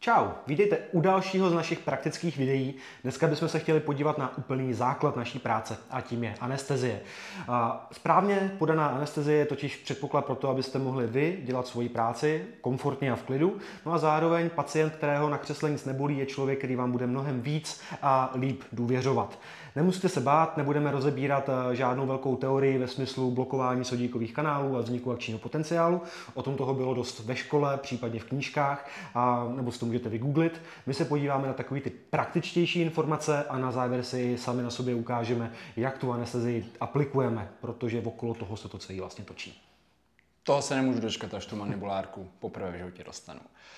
Čau, vítejte u dalšího z našich praktických videí. Dneska bychom se chtěli podívat na úplný základ naší práce a tím je anestezie. Správně podaná anestezie je totiž předpoklad pro to, abyste mohli vy dělat svoji práci komfortně a v klidu. No a zároveň pacient, kterého na křesle nic nebolí, je člověk, který vám bude mnohem víc a líp důvěřovat. Nemusíte se bát, nebudeme rozebírat žádnou velkou teorii ve smyslu blokování sodíkových kanálů a vzniku akčního potenciálu. O tom toho bylo dost ve škole, případně v knížkách, nebo si to můžete vygooglit. My se podíváme na takové ty praktičtější informace a na závěr si sami na sobě ukážeme, jak tu anestezii aplikujeme, protože okolo toho se to celé vlastně točí. Toho se nemůžu dočkat, až tu mandibulárku poprvé v životě dostanu.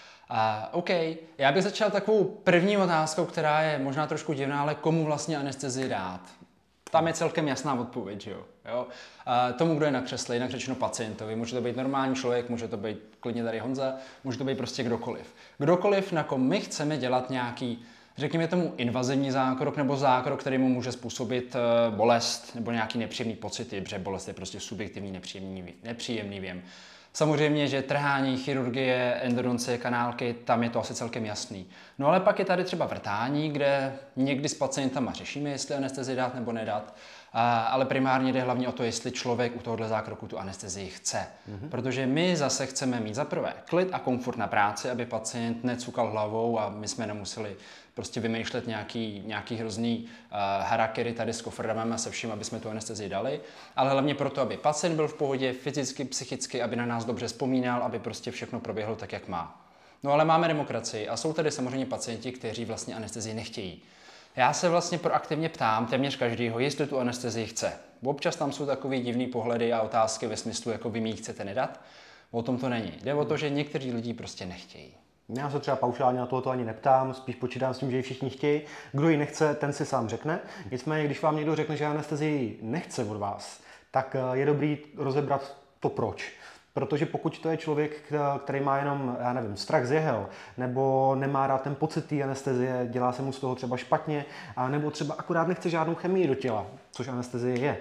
OK, já bych začal takovou první otázkou, která je možná trošku divná, ale komu vlastně anestezii dát? Tam je celkem jasná odpověď, jo? Tomu, kdo je na křesle, jinak řečeno pacientovi. Může to být normální člověk, může to být klidně tady Honza, může to být prostě kdokoliv. Kdokoliv, na kom my chceme dělat nějaký, řekněme tomu, invazivní zákrok nebo zákrok, který mu může způsobit bolest nebo nějaký nepříjemný pocity, protože bolest je prostě subjektivní, nepříjemný věm. Samozřejmě, že trhání, chirurgie, endodoncie, kanálky, tam je to asi celkem jasný. No ale pak je tady třeba vrtání, kde někdy s pacientama řešíme, jestli anestezii dát nebo nedat, ale primárně jde hlavně o to, jestli člověk u tohohle zákroku tu anestezii chce. Protože my zase chceme mít za prvé klid a komfort na práci, aby pacient necukal hlavou a my jsme nemuseli prostě vymýšlet nějaký hrozný harakery tady s kofrdamem a se vším, aby jsme tu anestezii dali, ale hlavně proto, aby pacient byl v pohodě fyzicky, psychicky, aby na nás dobře vzpomínal, aby prostě všechno proběhlo tak, jak má. No ale máme demokracii a jsou tady samozřejmě pacienti, kteří vlastně anestezii nechtějí. Já se vlastně proaktivně ptám téměř každýho, jestli tu anestezii chce. Občas tam jsou takový divný pohledy a otázky ve smyslu, jako vy mi ji chcete nedat. O tom to není. Jde o to, že někteří lidi prostě nechtějí. Já se třeba paušálně na tohoto ani neptám, spíš počítám s tím, že ji všichni chtějí. Kdo ji nechce, ten si sám řekne. Nicméně, když vám někdo řekne, že anestezii nechce od vás, tak je dobrý rozebrat to proč. Protože pokud to je člověk, který má jenom, já nevím, strach z jehel, nebo nemá rád ten pocit té anestezie, dělá se mu z toho třeba špatně, nebo třeba akorát nechce žádnou chemii do těla, což anestezie je.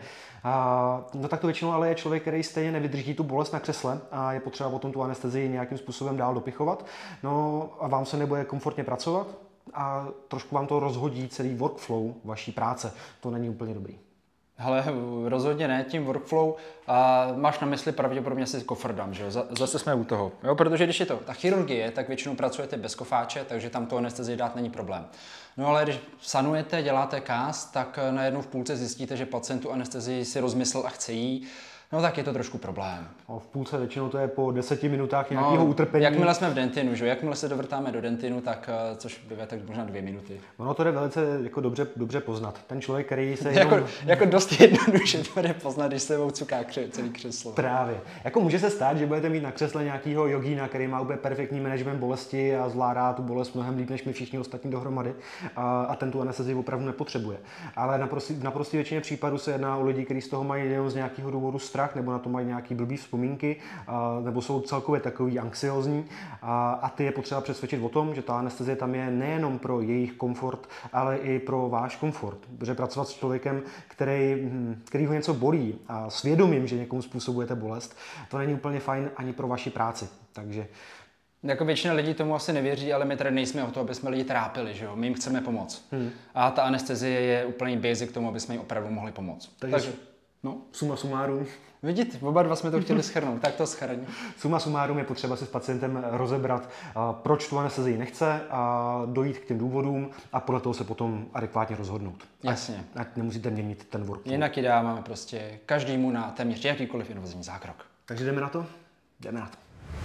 No tak to většinou ale je člověk, který stejně nevydrží tu bolest na křesle a je potřeba potom tu anestezii nějakým způsobem dál dopichovat. No a vám se nebude komfortně pracovat a trošku vám to rozhodí celý workflow vaší práce. To není úplně dobrý. Hele, rozhodně ne, tím workflow máš na mysli pravděpodobně asi kofrdam, že jo? Zase jsme u toho, jo? Protože když je to ta chirurgie, tak většinou pracujete bez kofáče, takže tam to anestezii dát není problém. No ale když sanujete, děláte cast, tak najednou v půlce zjistíte, že pacient tu anestezii si rozmyslel a chce jí. No tak je to trošku problém. V půlce většinou to je po 10 minutách nějakého utrpení. Jakmile jsme v dentinu, že? Jakmile se dovrtáme do dentinu, tak což bývá tak možná 2 minuty. No to jde velice jako dobře poznat. Ten člověk, který se jako dost jednoduše to jde poznat, když se cuká celý křeslo. Právě. Jako může se stát, že budete mít na křesle nějakýho jogína, který má úplně perfektní management bolesti a zvládá tu bolest mnohem líp než my všichni ostatní dohromady a ten tu anestezii opravdu nepotřebuje. Ale v naprosté většině případů se jedná o lidi, kteří z toho mají jenom z nějakého důvodu strach, nebo na to mají nějaký blbý vzpomínky, nebo jsou celkově takový anxiozní a ty je potřeba přesvědčit o tom, že ta anestezie tam je nejenom pro jejich komfort, ale i pro váš komfort. Protože pracovat s člověkem, který ho něco bolí a svědomím, že někomu způsobujete bolest, to není úplně fajn ani pro vaši práci. Takže jako většina lidí tomu asi nevěří, ale my tady nejsme o to, aby jsme lidi trápili, že jo? My jim chceme pomoct. A ta anestezie je úplný basic k tomu, aby jsme jim opravdu mohli pomoct. Takže no, suma sumárum. Vidíte, oba dva jsme to chtěli shrnout, tak to shrň. Suma sumárum je potřeba si s pacientem rozebrat, proč tu anestezii nechce a dojít k těm důvodům a podle toho se potom adekvátně rozhodnout. Jasně. Ať nemusíte měnit ten workflow. Jinak ji dáváme prostě každému na téměř jakýkoliv invazivní zákrok. Takže jdeme na to? Jdeme na to.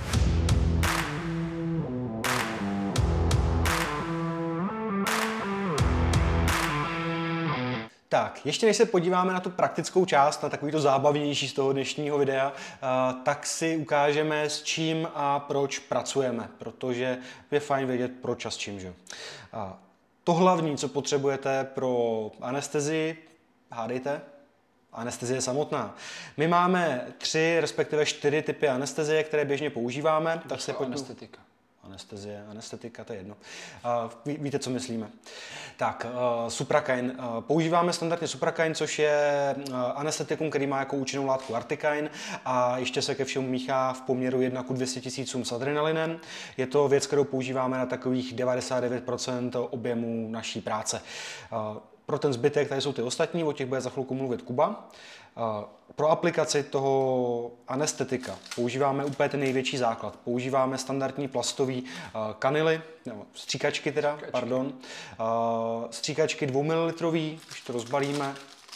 Tak, ještě než se podíváme na tu praktickou část, na takový zábavnější z toho dnešního videa, tak si ukážeme, s čím a proč pracujeme, protože je fajn vědět proč a s čím. Že? To hlavní, co potřebujete pro anestezii, hádejte, anestezie samotná. My máme 3, respektive 4 typy anestezie, které běžně používáme. Tak se anestetika. anestezie, anestetika, to je jedno. Víte, co myslíme. Tak, Supracain. Používáme standardně Supracain, což je anestetikum, který má jako účinnou látku Articain a ještě se ke všemu míchá v poměru 1:200 000 s adrenalinem. Je to věc, kterou používáme na takových 99% objemu naší práce. Pro ten zbytek, tady jsou ty ostatní, o těch bude za chvilku mluvit Kuba. Pro aplikaci toho anestetika používáme úplně ten největší základ. Používáme standardní plastové kanily, nebo stříkačky teda, pardon. Stříkačky 2 ml, už to rozbalíme.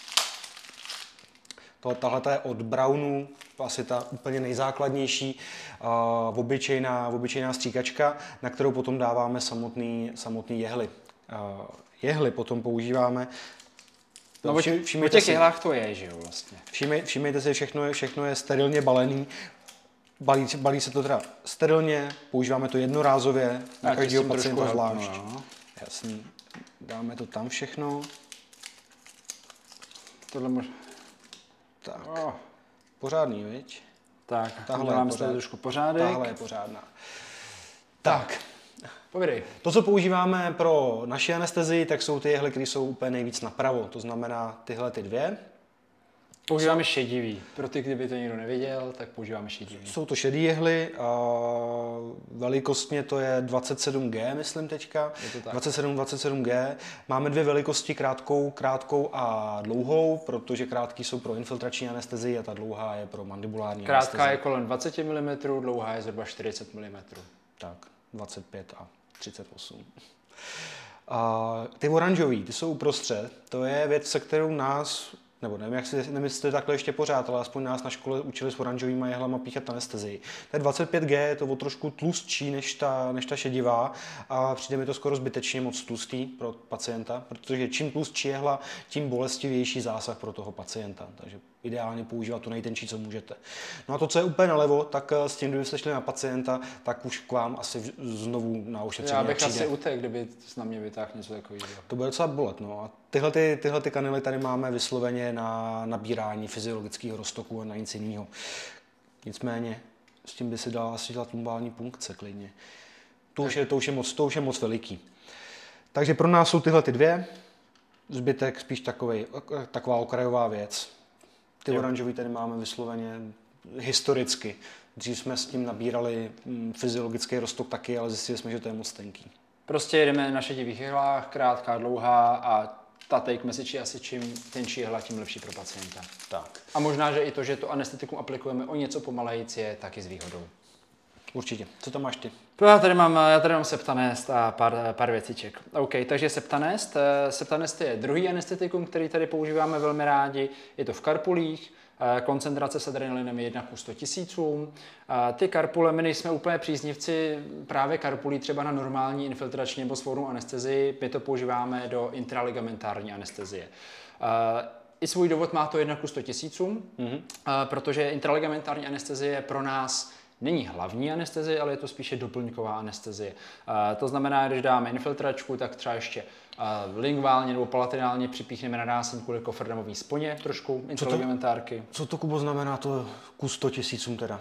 Tahle je od Brownu, asi ta úplně nejzákladnější, obyčejná stříkačka, na kterou potom dáváme samotný jehly. Jehly potom používáme. No, v těch jehlách to je, že jo, vlastně. Všimejte si, všechno je sterilně balený. Balí se to teda sterilně, používáme to jednorázově na každého pacienta zvlášť. No. Jasný. Dáme to tam všechno. Tohle možná. Tak. Pořádný, viď? Tak, dáme si trošku pořádek. Tahle je pořádná. Tak. Povídej. To, co používáme pro naši anestezii, tak jsou ty jehly, které jsou úplně nejvíc napravo. To znamená tyhle ty dvě. Používáme šedivý. Pro ty, kdyby to někdo neviděl, tak používáme šedivý. Jsou to šedý jehly. Velikostně to je 27G, myslím teďka. 27G. Máme dvě velikosti, krátkou a dlouhou, protože krátké jsou pro infiltrační anestezii a ta dlouhá je pro mandibulární anestezii. Krátká je kolem 20 mm, dlouhá je zhruba 40 mm. Tak, 25 a 38. Ty oranžový, ty jsou uprostřed. To je věc, se kterou nás, nebo nevím, jestli takhle ještě pořád, ale aspoň nás na škole učili s oranžovýma jehlama píchat anestezii. To je 25G, je to o trošku tlustší než ta šedivá a přijde mi to skoro zbytečně moc tlustý pro pacienta, protože čím tlustší jehla, tím bolestivější zásah pro toho pacienta. Takže ideálně používat tu nejtenčí, co můžete. No a to, co je úplně nalevo, tak s tím, kdybyste šli na pacienta, tak už k vám asi znovu na ošetření Já bych přijde. asi utekl, kdyby na mě vytáhl něco takového. To bude docela bolet. No. A tyhle ty kanily tady máme vysloveně na nabírání fyziologického roztoku a na nic jiného. Nicméně s tím by si dala asi dělat lumbální punkce klidně. To už je moc veliký. Takže pro nás jsou tyhle ty dvě, zbytek spíš taková okrajová věc. Ty oranžový tady máme vysloveně historicky. Dřív jsme s tím nabírali fyziologický roztok taky, ale zjistili jsme, že to je moc tenký. Prostě jedeme na šedivých jehlách, krátká, dlouhá a ta take message je asi čím tenčí jehla, tím lepší pro pacienta. Tak. A možná, že i to, že to anestetikum aplikujeme o něco pomalejc, je taky s výhodou. Určitě. Co tam máš ty? Já tady mám Septanest a pár věciček. OK, takže Septanest. Septanest je druhý anestetikum, který tady používáme velmi rádi. Je to v karpulích. Koncentrace s adrenalinem je 1:100 000. Ty karpule, my nejsme úplně příznivci právě karpulí třeba na normální infiltrační nebo svornou anestezii. My to používáme do intraligamentární anestezie. I svůj důvod má to 1:100 000, protože intraligamentární anestezie pro nás není hlavní anestezie, ale je to spíše doplňková anestezie. To znamená, když dáme infiltračku, tak třeba ještě lingválně nebo palatinálně připíchneme na násení kvůli kofrdamový sponě, trošku intraligamentárky. Co to, Kubo, znamená to ku 100 000 teda?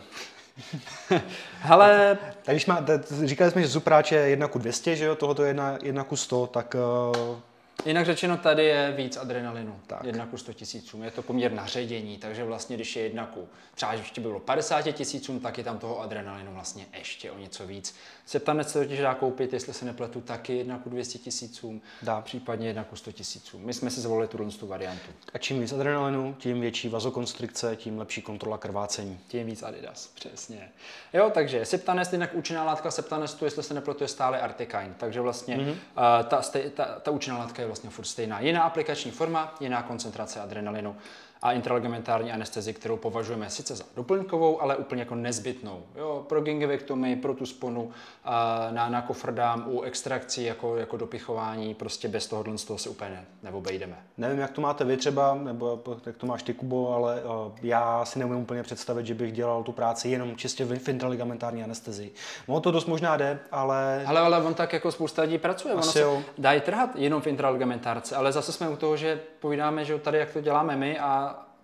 Hele, říkali jsme, že Supráč je 1:200, že jo? Tohle je 1:100, tak... Jinak řečeno, tady je víc adrenalinu, 1:100 000. Je to poměr na ředění, takže vlastně, když je třeba ještě bylo 50 000, tak je tam toho adrenalinu vlastně ještě o něco víc. Septanest se totiž dá koupit, jestli se nepletu, taky 1:200 000, dá. Případně 1:100 000. My jsme si zvolili tu variantu. A čím víc adrenalinu, tím větší vazokonstrikce, tím lepší kontrola krvácení. Tím víc Adidas, přesně. Jo, takže Septanest, jinak účinná látka Septanestu, jestli se nepletu, je stále Articain. Takže vlastně ta účinná látka je vlastně furt stejná. Jiná aplikační forma, jiná koncentrace adrenalinu a intraligamentární anestezi, kterou považujeme sice za doplňkovou, ale úplně jako nezbytnou. Jo, pro gingivektomii, pro tu sponu, na kofrdám, u extrakcí jako dopichování, prostě bez toho se úplně neobejdeme. Nevím, jak to máte vy třeba, nebo jak to máš ty, Kubo, ale já si neumím úplně představit, že bych dělal tu práci jenom čistě v intraligamentární anestezii. No to dost možná jde, ale... Ale on tak jako spousta lidí pracuje, ono se dá trhat jenom v intraligamentárce, ale zase jsme u toho, že povídáme, že tady jak to děláme my a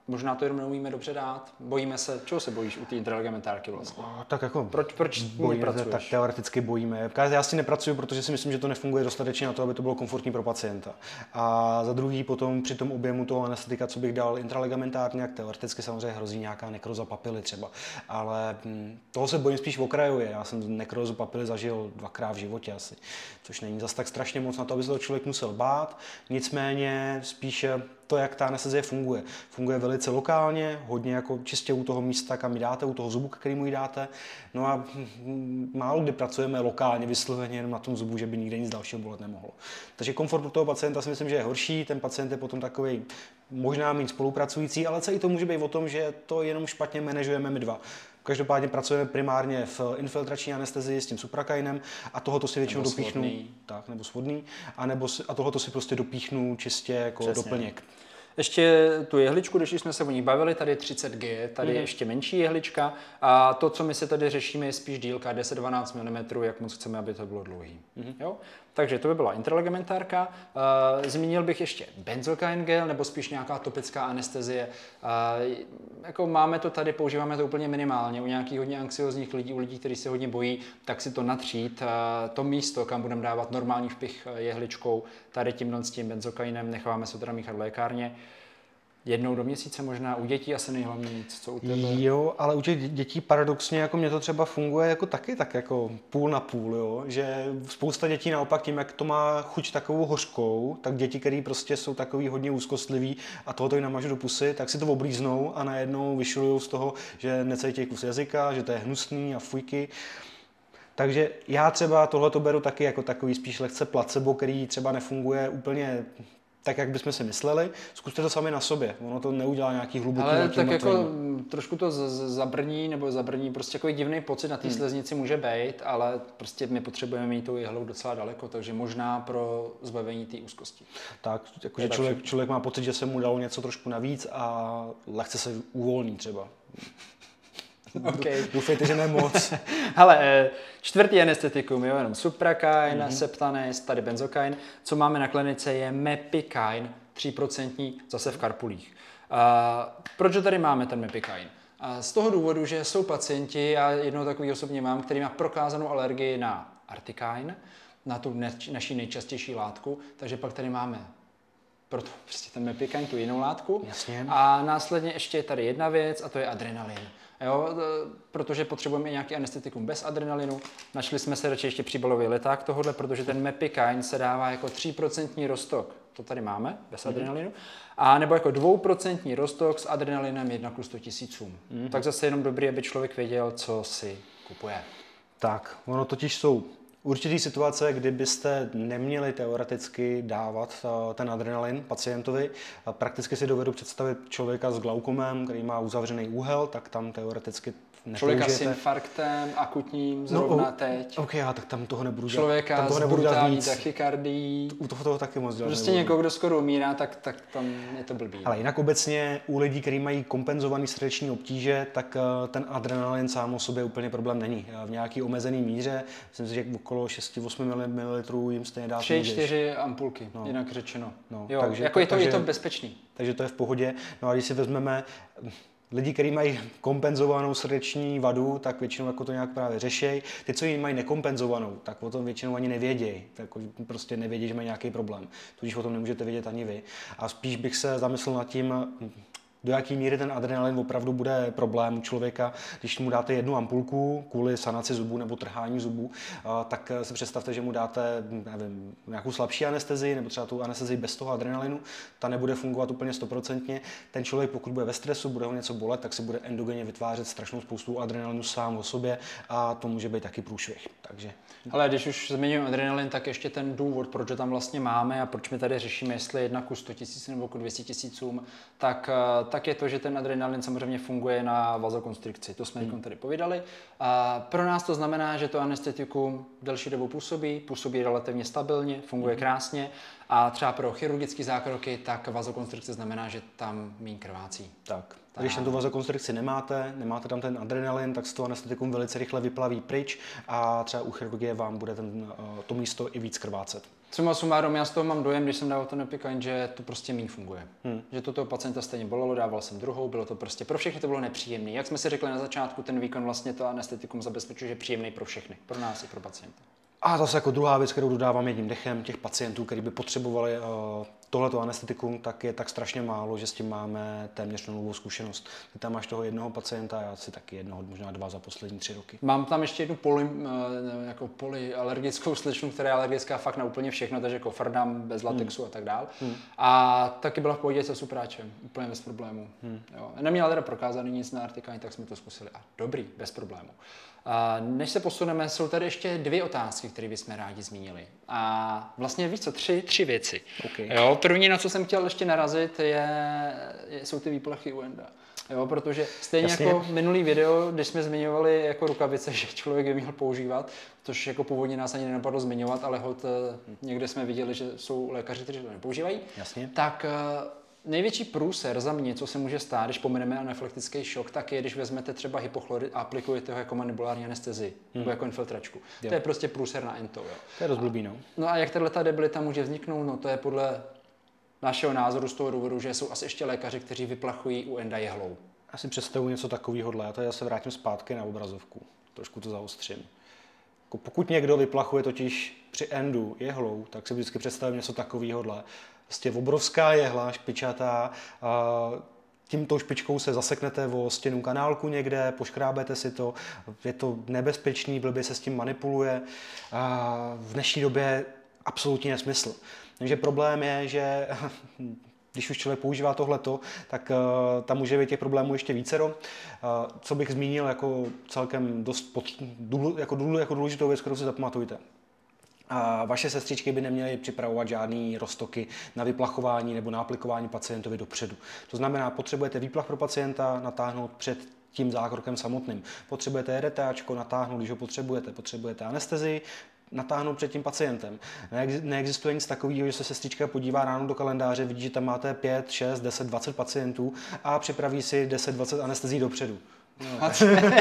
možná to jenom neumíme dobře dát. Bojíme se, čeho se bojíš u té intralegamentárky vlastně? Tak jako Proč bojíme, tak teoreticky bojíme. Já si nepracuju, protože si myslím, že to nefunguje dostatečně na to, aby to bylo komfortní pro pacienta. A za druhý potom při tom objemu toho anestetika, co bych dal intralegamentárně, jak teoreticky samozřejmě hrozí nějaká nekroza papily třeba. Ale toho se bojím spíš okrajově. Já jsem nekrozu papily zažil 2krát v životě asi, což není zas tak strašně moc na to, aby se toho člověk musel bát. Nicméně spíše to, jak ta anestezie funguje. Funguje velice lokálně, hodně jako čistě u toho místa, kam ji dáte, u toho zubu, který mu ji dáte. No a málo kdy pracujeme lokálně, vysloveně jenom na tom zubu, že by nikde nic dalšího bolet nemohlo. Takže komfort pro toho pacienta si myslím, že je horší, ten pacient je potom takový možná méně spolupracující, ale celý to může být o tom, že to jenom špatně manažujeme my dva. Každopádně pracujeme primárně v infiltrační anestezii s tím suprakainem a tohoto si většinou dopíchnu, nebo svodný, a tohoto si prostě dopíchnu čistě jako přesně doplněk. Ještě tu jehličku, když jsme se o ní bavili, tady je 30G, tady je ještě menší jehlička a to, co my se tady řešíme, je spíš dílka 10-12 mm, jak moc chceme, aby to bylo dlouhý. Jo? Takže to by byla intralegamentárka. Zmínil bych ještě benzocaine gel, nebo spíš nějaká topická anestezie. Jako máme to tady, používáme to úplně minimálně. U nějakých hodně anxiozních lidí, u lidí, kteří se hodně bojí, tak si to natřít. To místo, kam budeme dávat normální vpich jehličkou, tady tímhle s tím benzocainem, necháváme se teda míchat v lékárně. Jednou do měsíce možná, u dětí asi nejhlavně nic, co u tebe? Jo, ale u těch dětí paradoxně jako mě to třeba funguje jako taky, tak jako půl na půl, jo, že spousta dětí naopak tím, jak to má chuť takovou hořkou, tak děti, který prostě jsou takový hodně úzkostliví a tohoto jim namažu do pusy, tak si to oblíznou a najednou vyšilujou z toho, že necítí kus jazyka, že to je hnusný a fujky. Takže já třeba tohleto beru taky jako takový spíš lehce placebo, který třeba nefunguje úplně tak, jak bychom si mysleli. Zkuste to sami na sobě. Ono to neudělá nějaký hluboký ale tak jako trošku to zabrní prostě takový divný pocit na té sleznici může být, ale prostě my potřebujeme mít tou jehlou docela daleko, takže možná pro zbavení té úzkosti. Tak, jakože člověk má pocit, že se mu dalo něco trošku navíc a lehce se uvolní třeba. Okay. Doufejte, že ne moc. Hele, čtvrtý anestetikum, jo, jenom suprakain, septanes, tady benzokain. Co máme na klinice je mepikain, 3% zase v karpulích. Proč tady máme ten mepikain? Z toho důvodu, že jsou pacienti, já jednoho takový osobně mám, který má prokázanou alergii na artikain, na tu naší nejčastější látku, takže pak tady máme proto prostě ten mepikain, tu jinou látku. Jasně. A následně ještě je tady jedna věc a to je adrenalin. Jo, protože potřebujeme i nějaký anestetikum bez adrenalinu. Našli jsme se radši ještě příbalový leták tohohle, protože ten mepikain se dává jako 3% roztok. To tady máme, bez adrenalinu. A nebo jako 2% roztok s adrenalinem 1/100 000. Tak zase jenom dobrý, aby člověk věděl, co si kupuje. Tak, ono totiž jsou určitý situace, kdy byste neměli teoreticky dávat ten adrenalin pacientovi. Prakticky si dovedu představit člověka s glaukomem, který má uzavřený úhel, tak tam teoreticky člověka s infarktem akutním zrovna teď. OK, tak tam toho nebudu dělat. Člověka s brutální tachykardií. U toho taky moc dělat. Prostě někoho, kdo skoro umírá, tak tam je to blbý. Ale jinak obecně u lidí, kteří mají kompenzovaný srdeční obtíže, tak ten adrenalin sám o sobě úplně problém není. V nějaký omezený míře, myslím si, že okolo 6-8 ml jim stejně dát 3-4 ampulky, jinak řečeno. Jo, takže, jako je to bezpečný. Takže to je v pohodě. No a když si vezmeme lidi, kteří mají kompenzovanou srdeční vadu, tak většinou jako to nějak právě řešejí. Ty, co ji mají nekompenzovanou, tak o tom většinou ani nevědějí. Tak prostě nevědí, že mají nějaký problém. Tudíž o tom nemůžete vědět ani vy. A spíš bych se zamyslel nad tím, do jaký míry ten adrenalin opravdu bude problém u člověka, když mu dáte jednu ampulku kvůli sanaci zubů nebo trhání zubů, tak si představte, že mu dáte nevím, nějakou slabší anestezii nebo třeba tu anestezii bez toho adrenalinu, ta nebude fungovat úplně 100%. Ten člověk, pokud bude ve stresu, bude ho něco bolet, tak si bude endogenně vytvářet strašnou spoustu adrenalinu sám o sobě a to může být taky průšvih. Takže ale když už zmiňujeme adrenalin, tak ještě ten důvod, proč ho tam vlastně máme a proč my tady řešíme, jestli 1/100 000 nebo 200 000, tak je to, že ten adrenalin samozřejmě funguje na vazokonstrikci. To jsme tady povídali. A pro nás to znamená, že to anestetikum delší dobu působí relativně stabilně, funguje krásně a třeba pro chirurgické zákroky, tak vazokonstrikce znamená, že tam méně krvácí. tak. A když tam tu vazokonstrikci nemáte tam ten adrenalin, tak se to anestetikum velice rychle vyplaví pryč a třeba u chirurgie vám bude to místo i víc krvácet. Suma sumárom, já z toho mám dojem, když jsem dával ten Epikyne, že to prostě méně funguje. Že to toho pacienta stejně bolelo, dával jsem druhou, bylo to prostě pro všechny to bylo nepříjemné. Jak jsme si řekli na začátku, ten výkon vlastně to anestetikum zabezpečuje, že je příjemný pro všechny, pro nás i pro pacienta. A zase jako druhá věc, kterou dodávám jedním dechem, těch pacientů, kteří by potřebovali tohleto anestetikum, tak je tak strašně málo, že s tím máme téměř nulovou zkušenost. Ty tam máš toho jednoho pacienta, já si taky jednoho, možná 2 za poslední 3 roky. Mám tam ještě jednu polyalergickou slečnu, která je alergická fakt na úplně všechno, takže kofrdam bez latexu a tak dál. A taky byla v pohodě se supráčem, úplně bez problémů. Jo. Neměla teda prokázaný nic na Artikani, tak jsme to zkusili. A dobrý, bez problémů. A než se posuneme, jsou tady ještě 2 otázky, které bychom rádi zmínili. A vlastně víš co, 3 věci. Okay. Jo, první, na co jsem chtěl ještě narazit, jsou ty výplechy u enda. Jo, protože stejně jako minulý video, když jsme zmiňovali jako rukavice, že člověk je měl používat, což jako původně nás ani nenapadlo zmiňovat, ale někde jsme viděli, že jsou lékaři, kteří to nepoužívají. Jasně. Tak největší průser za mě, co se může stát, když pomeneme anafylaktický šok, tak je, když vezmete třeba hypochlorid a aplikujete ho jako mandibulární anestezii, nebo jako infiltračku. Jo. To je prostě průser na ento. Jo. To je dost blbý, no. No a jak tato debilita může vzniknout? No to je podle našeho názoru z toho důvodu, že jsou asi ještě lékaři, kteří vyplachují u enda jehlou. Já si představuji něco takového, já to se vrátím zpátky na obrazovku. Trošku to zaostřím. Pokud někdo vyplachuje totiž při endu jehlou, tak si vždycky představím něco takového. Prostě obrovská jehla, špičatá, tímto špičkou se zaseknete o stěnu kanálku někde, poškrábete si to, je to nebezpečný, blbě se s tím manipuluje. V dnešní době absolutní nesmysl. Takže problém je, že když už člověk používá tohleto, tak tam může být těch problémů ještě vícero. Co bych zmínil jako celkem dost jako důležitou věc, kterou si zapamatujte. A vaše sestřičky by neměly připravovat žádný roztoky na vyplachování nebo na aplikování pacientovi dopředu. To znamená, potřebujete výplach pro pacienta natáhnout před tím zákrokem samotným. Potřebujete RTAčko natáhnout, když ho potřebujete anestezii, natáhnout před tím pacientem. Neexistuje nic takového, že se sestřička podívá ráno do kalendáře, vidí, že tam máte 5, 6, 10, 20 pacientů a připraví si 10, 20 anestezí dopředu. No,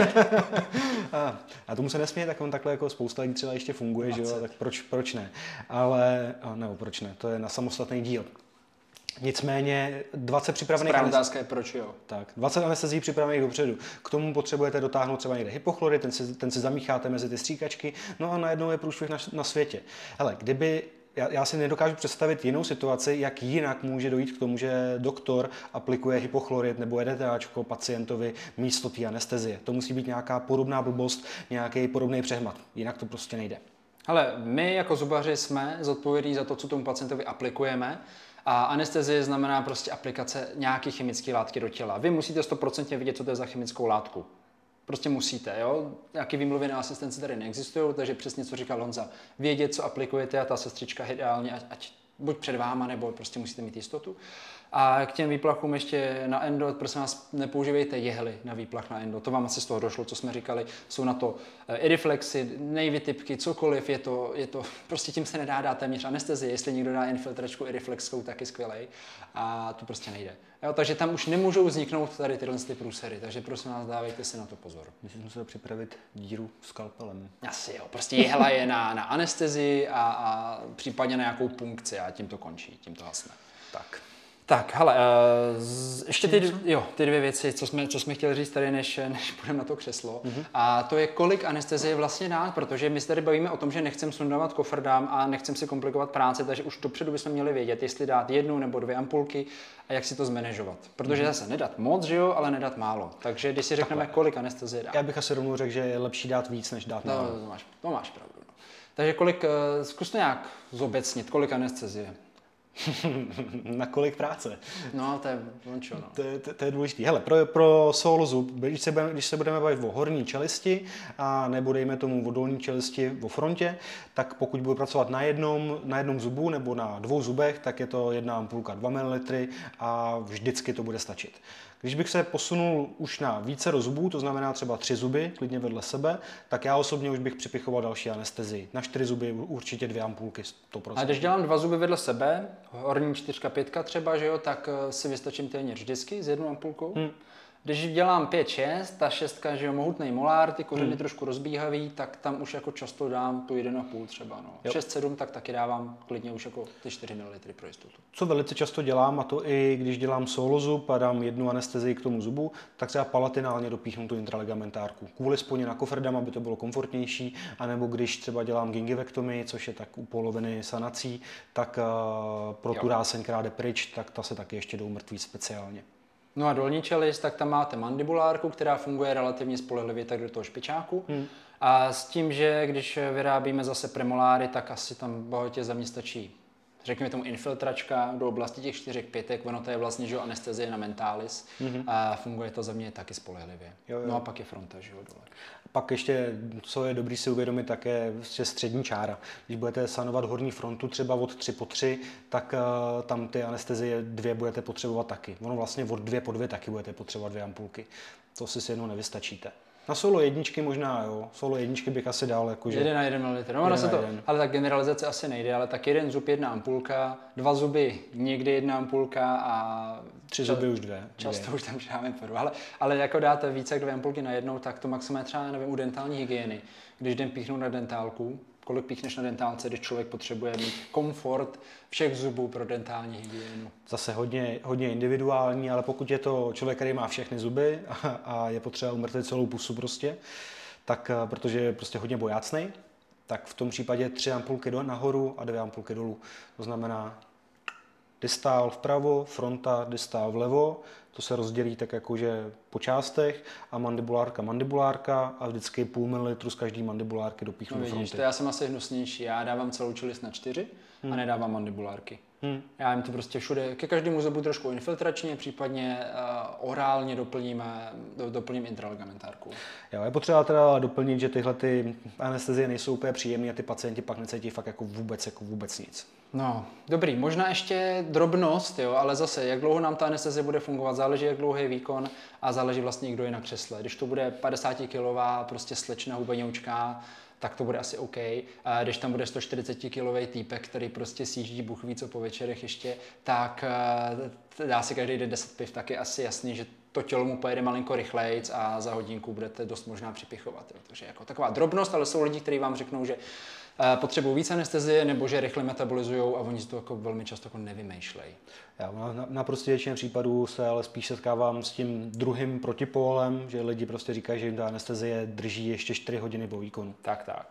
a tomu se nesměje, tak on takhle jako spousta lidí třeba ještě funguje, že jo, tak proč ne? Ale, nebo proč ne, to je na samostatný díl. Nicméně 20 připravených správná otázka je proč, jo. Tak, 20 anestezí připravených dopředu. K tomu potřebujete dotáhnout třeba někde hypochlorid, ten si zamícháte mezi ty stříkačky, no a najednou je průšvih na světě. Hele, já si nedokážu představit jinou situaci, jak jinak může dojít k tomu, že doktor aplikuje hypochlorid nebo EDTAčko pacientovi místo té anestezie. To musí být nějaká podobná blbost, nějaký podobný přehmat. Jinak to prostě nejde. Hele, my jako zubaři jsme zodpovědní za to, co tomu pacientovi aplikujeme. A anestezie znamená prostě aplikace nějaké chemické látky do těla. Vy musíte 100% vidět, co to je za chemickou látku. Prostě musíte, jo. Nějaký výmluvy na asistenci tady neexistují, takže přesně co říkal Honza. Vědět, co aplikujete a ta sestřička ideálně, ať buď před váma, nebo prostě musíte mít jistotu. A k těm výplachům ještě na endo, prosím vás, nepoužívejte jehly na výplach na endo. To vám asi z toho došlo, co jsme říkali. Jsou na to iriflexy, nejvytypky, cokoliv, je to, prostě tím se nedá dát téměř anestezie. Jestli někdo dá infiltračku iriflexkou, tak je skvělej. A to prostě nejde. Jo, takže tam už nemůžou vzniknout tady tyhle průsery, takže prosím vás, dávejte si na to pozor. Musím musel připravit díru skalpelem. Asi jo, prostě jehla je na anestezii a případně na nějakou punkci a tím to končí, tím to hasne. Tak, hele, ještě ty 2 věci, co jsme chtěli říct tady, než půjdeme na to křeslo. A to je, kolik anestezie vlastně dát, protože my se tady bavíme o tom, že nechcem sundávat kofrdám a nechcem si komplikovat práci, takže už dopředu bychom měli vědět, jestli dát 1 nebo 2 ampulky a jak si to zmanéžovat. Protože zase nedat moc, že jo, ale nedat málo. Takže když si řekneme, kolik anestezie dát. Já bych asi rovnou řekl, že je lepší dát víc, než dát málo. To máš pravdu. No. Takže zkus to nějak zobecnit, kolik anestezie. Na kolik práce? No, to je vončo, no. To je důležité. Hele, pro solo zub, když se budeme bavit o horní čelisti a nebo dejme tomu o dolní čelisti o frontě, tak pokud budu pracovat na jednom zubu nebo na 2 zubech, tak je to 1 ampulka 2 ml a vždycky to bude stačit. Když bych se posunul už na více zubů, to znamená třeba 3 zuby, klidně vedle sebe, tak já osobně už bych připichoval další anestezii. Na 4 zuby určitě 2 ampulky, 100%. A když dělám 2 zuby vedle sebe, horní 4, 5 třeba, že jo, tak si vystačím téměř vždycky s 1 ampulkou. Když dělám 5, 6, ta 6, že jo, mohutný molár, ty kořeny trošku rozbíhavý, tak tam už jako často dám tu 1,5 třeba, no. 6, 7, tak taky dávám klidně už jako ty 4 ml pro jistotu. Co velice často dělám, a to i když dělám solo zub a dám 1 anestezii k tomu zubu, tak třeba palatinálně dopíchnu tu intraligamentárku. Kvůli sponě na kofrdam, aby to bylo komfortnější, anebo když třeba dělám gingivektomii, což je tak u poloviny sanací, tak pro tu ráseň, která jde pryč, tak ta se taky ještě jdou mrtví speciálně. No a dolní čelist, tak tam máte mandibulárku, která funguje relativně spolehlivě tak do toho špičáku. A s tím, že když vyrábíme zase premoláry, tak asi tam bohatě za mě stačí, řekněme tomu infiltračka do oblasti těch 4 pětek, ono to je vlastně, že anestezie na mentalis a funguje to za mě taky spolehlivě. Jo. No a pak je fronta, že jo, dole. Pak ještě, co je dobrý si uvědomit, tak je střední čára. Když budete sanovat horní frontu třeba od 3 po 3, tak tam ty anestezie 2 budete potřebovat taky. Ono vlastně od 2 po 2 taky budete potřebovat 2 ampulky. To si s jednou nevystačíte. Na solo jedničky možná, jo. Solo jedničky bych asi dal jakože... 1 na 1 ml. No, ale tak generalizace asi nejde, ale tak 1 zub, 1 ampulka, 2 zuby, někdy 1 ampulka a... 3 zuby už 2. Často už tam dáme poru, ale jako dáte více jak 2 ampulky na jednou, tak to maximálně třeba, nevím, u dentální hygieny. Když jdem píchnout na dentálku, kolik píchneš na dentálce, když člověk potřebuje mít komfort všech zubů pro dentální hygienu. Zase hodně individuální, ale pokud je to člověk, který má všechny zuby a je potřeba umrtvit celou pusu prostě, tak protože je prostě hodně bojácnej, tak v tom případě 3 ampulky nahoru a 2 ampulky dolů. To znamená distál vpravo, fronta, distál vlevo, to se rozdělí tak jakože po částech a mandibulárka a vždycky půl mililitru z každý mandibulárky dopíchnu do fronty. To já jsem asi hnusnější, já dávám celou čelist na 4 a nedávám mandibulárky. Já jim to prostě všude, ke každému zubu trošku infiltračně, případně orálně doplním intraligamentárku. Jo, je potřeba teda doplnit, že tyhle ty anestezie nejsou úplně příjemné a ty pacienti pak necítí fakt jako vůbec nic. No, dobrý, možná ještě drobnost, jo, ale zase, jak dlouho nám ta anestezie bude fungovat, záleží, jak dlouhý je výkon a záleží vlastně, kdo je na křesle. Když to bude 50-kilová prostě slečna hubeňoučká, tak to bude asi OK. A když tam bude 140-kilový týpek, který prostě sjíždí Bůh ví co po večerech ještě, tak dá si každý den 10 piv, tak je asi jasný, že to tělo mu pojede malinko rychlejc a za hodinku budete dost možná připichovat. Jo. Takže jako taková drobnost, ale jsou lidi, kteří vám řeknou, že potřebují víc anestezie nebo že rychle metabolizují a oni si to jako velmi často jako nevymýšlejí. Já na prostě většině případů se ale spíš setkávám s tím druhým protipólem, že lidi prostě říkají, že jim ta anestezie drží ještě 4 hodiny po výkonu. Tak.